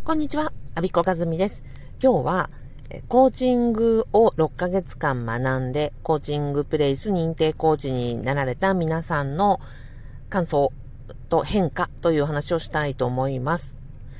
こんにちは、アビコカズミです。今日はコーチングを6ヶ月間学んでコーチングプレイス認定コーチになられた皆さんの感想と変化という話をしたいと思います。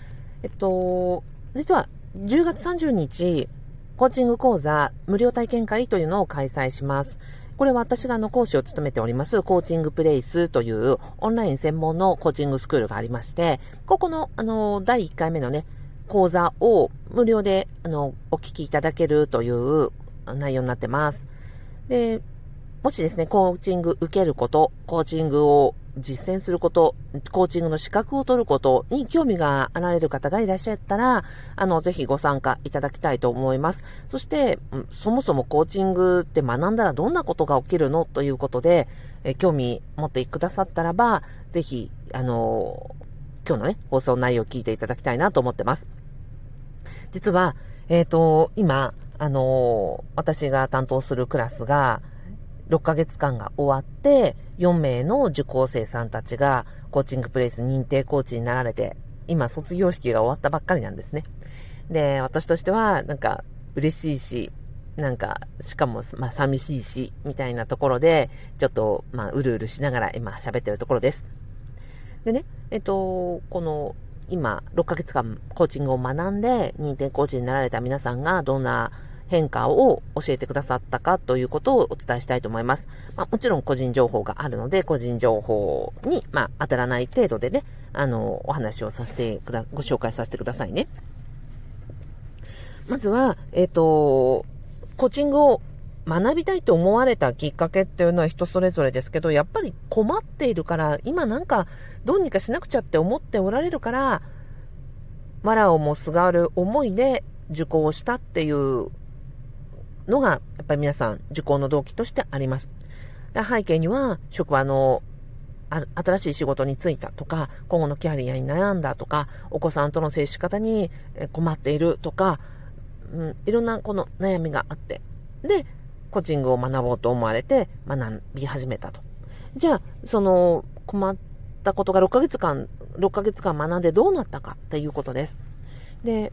実は10月30日コーチング講座無料体験会というのを開催します。これは私が講師を務めておりますコーチングプレイスというオンライン専門のコーチングスクールがありまして、ここの第1回目の講座を無料でお聞きいただけるという内容になってます。で、もしですね、コーチング受けること、コーチングを実践すること、コーチングの資格を取ることに興味があられる方がいらっしゃったら、ぜひご参加いただきたいと思います。そして、そもそもコーチングって学んだらどんなことが起きるのということで、興味持ってくださったらば、ぜひ、今日の放送内容を聞いていただきたいなと思ってます。実は、今、私が担当するクラスが、6ヶ月間が終わって、4名の受講生さんたちがコーチングプレイス認定コーチになられて、今卒業式が終わったばっかりなんですね。で、私としては嬉しいし、しかも寂しいし、みたいなところで、ちょっとうるうるしながら今喋ってるところです。でね、この今6ヶ月間コーチングを学んで認定コーチになられた皆さんがどんな変化を教えてくださったかということをお伝えしたいと思います。もちろん個人情報があるので、個人情報に当たらない程度でね、お話をご紹介させてくださいね。まずは、コーチングを学びたいと思われたきっかけっていうのは人それぞれですけど、やっぱり困っているから、今どうにかしなくちゃって思っておられるから、わらをもすがる思いで受講をしたっていうのが、やっぱり皆さん受講の動機としてあります。背景には、職場の新しい仕事に就いたとか、今後のキャリアに悩んだとか、お子さんとの接し方に困っているとか、いろんなこの悩みがあって、で、コーチングを学ぼうと思われて学び始めたと。じゃあ、その困ったことが6ヶ月間学んでどうなったかっていうことです。で、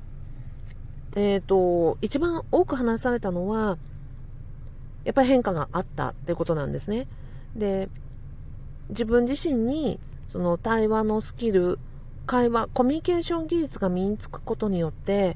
一番多く話されたのは、やっぱり変化があったっていうことなんですね。で、自分自身にその対話のスキル、会話、コミュニケーション技術が身につくことによって、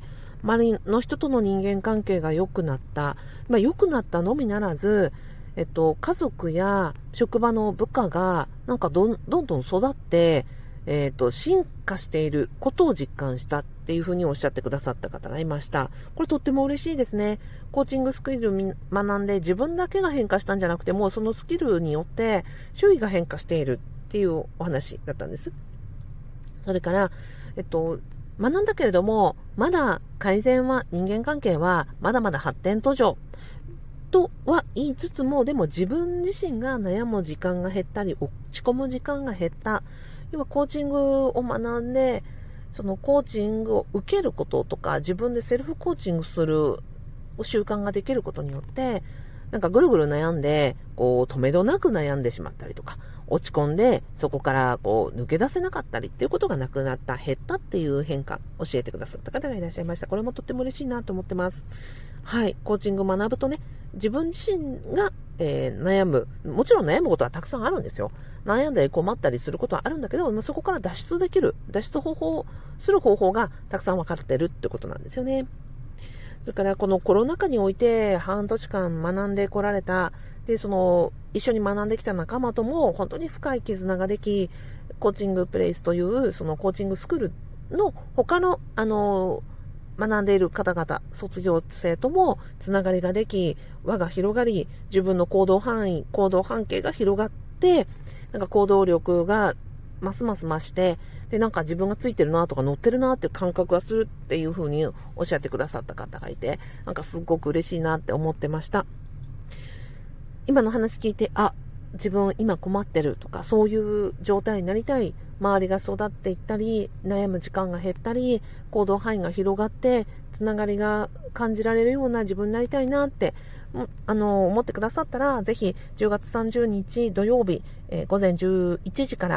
周りの人との人間関係が良くなった。良くなったのみならず、家族や職場の部下がどんどん育って、進化していることを実感したっていうふうにおっしゃってくださった方がいました。これとっても嬉しいですね。コーチングスキルを学んで自分だけが変化したんじゃなくて、もうそのスキルによって周囲が変化しているっていうお話だったんです。それから、学んだけれども、まだ改善は、人間関係はまだまだ発展途上とは言いつつも、でも自分自身が悩む時間が減ったり、落ち込む時間が減った。要はコーチングを学んで、そのコーチングを受けることとか、自分でセルフコーチングする習慣ができることによって、ぐるぐる悩んで、止めどなく悩んでしまったりとか、落ち込んで、そこから抜け出せなかったりっていうことがなくなった、減ったっていう変化、教えてくださった方がいらっしゃいました。これもとっても嬉しいなと思ってます。はい、コーチングを学ぶとね、自分自身が、悩む、もちろん悩むことはたくさんあるんですよ。悩んだり困ったりすることはあるんだけど、そこから脱出する方法がたくさん分かってるってことなんですよね。それからこのコロナ禍において半年間学んでこられた、で、一緒に学んできた仲間とも本当に深い絆ができ、コーチングプレイスというそのコーチングスクールの他の学んでいる方々、卒業生ともつながりができ、輪が広がり、自分の行動半径が広がって、行動力がますます増して、で、自分がついてるなとか乗ってるなっていう感覚がするっていう風におっしゃってくださった方がいて、すごく嬉しいなって思ってました。今の話聞いて、自分今困ってるとか、そういう状態になりたい、周りが育っていったり、悩む時間が減ったり、行動範囲が広がって、つながりが感じられるような自分になりたいなって、思ってくださったら、ぜひ10月30日土曜日、午前11時から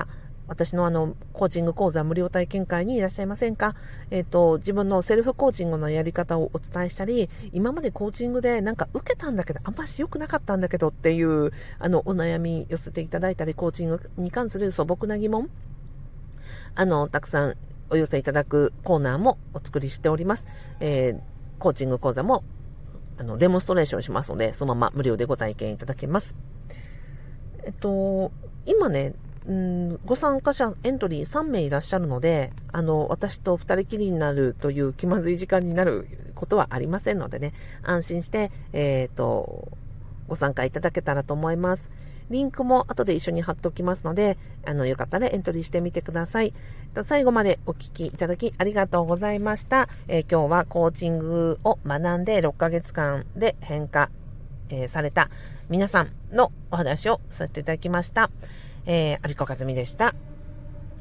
私のコーチング講座無料体験会にいらっしゃいませんか？自分のセルフコーチングのやり方をお伝えしたり、今までコーチングでなんか受けたんだけど、あんまし良くなかったんだけどっていう、お悩み寄せていただいたり、コーチングに関する素朴な疑問、たくさんお寄せいただくコーナーもお作りしております。コーチング講座も、デモンストレーションしますので、そのまま無料でご体験いただけます。今ね、ご参加者エントリー3名いらっしゃるので、私と2人きりになるという気まずい時間になることはありませんのでね、安心して、ご参加いただけたらと思います。リンクも後で一緒に貼っておきますので、よかったらエントリーしてみてください。最後までお聞きいただきありがとうございました。今日はコーチングを学んで6ヶ月間で変化、された皆さんのお話をさせていただきました。有子和美でした。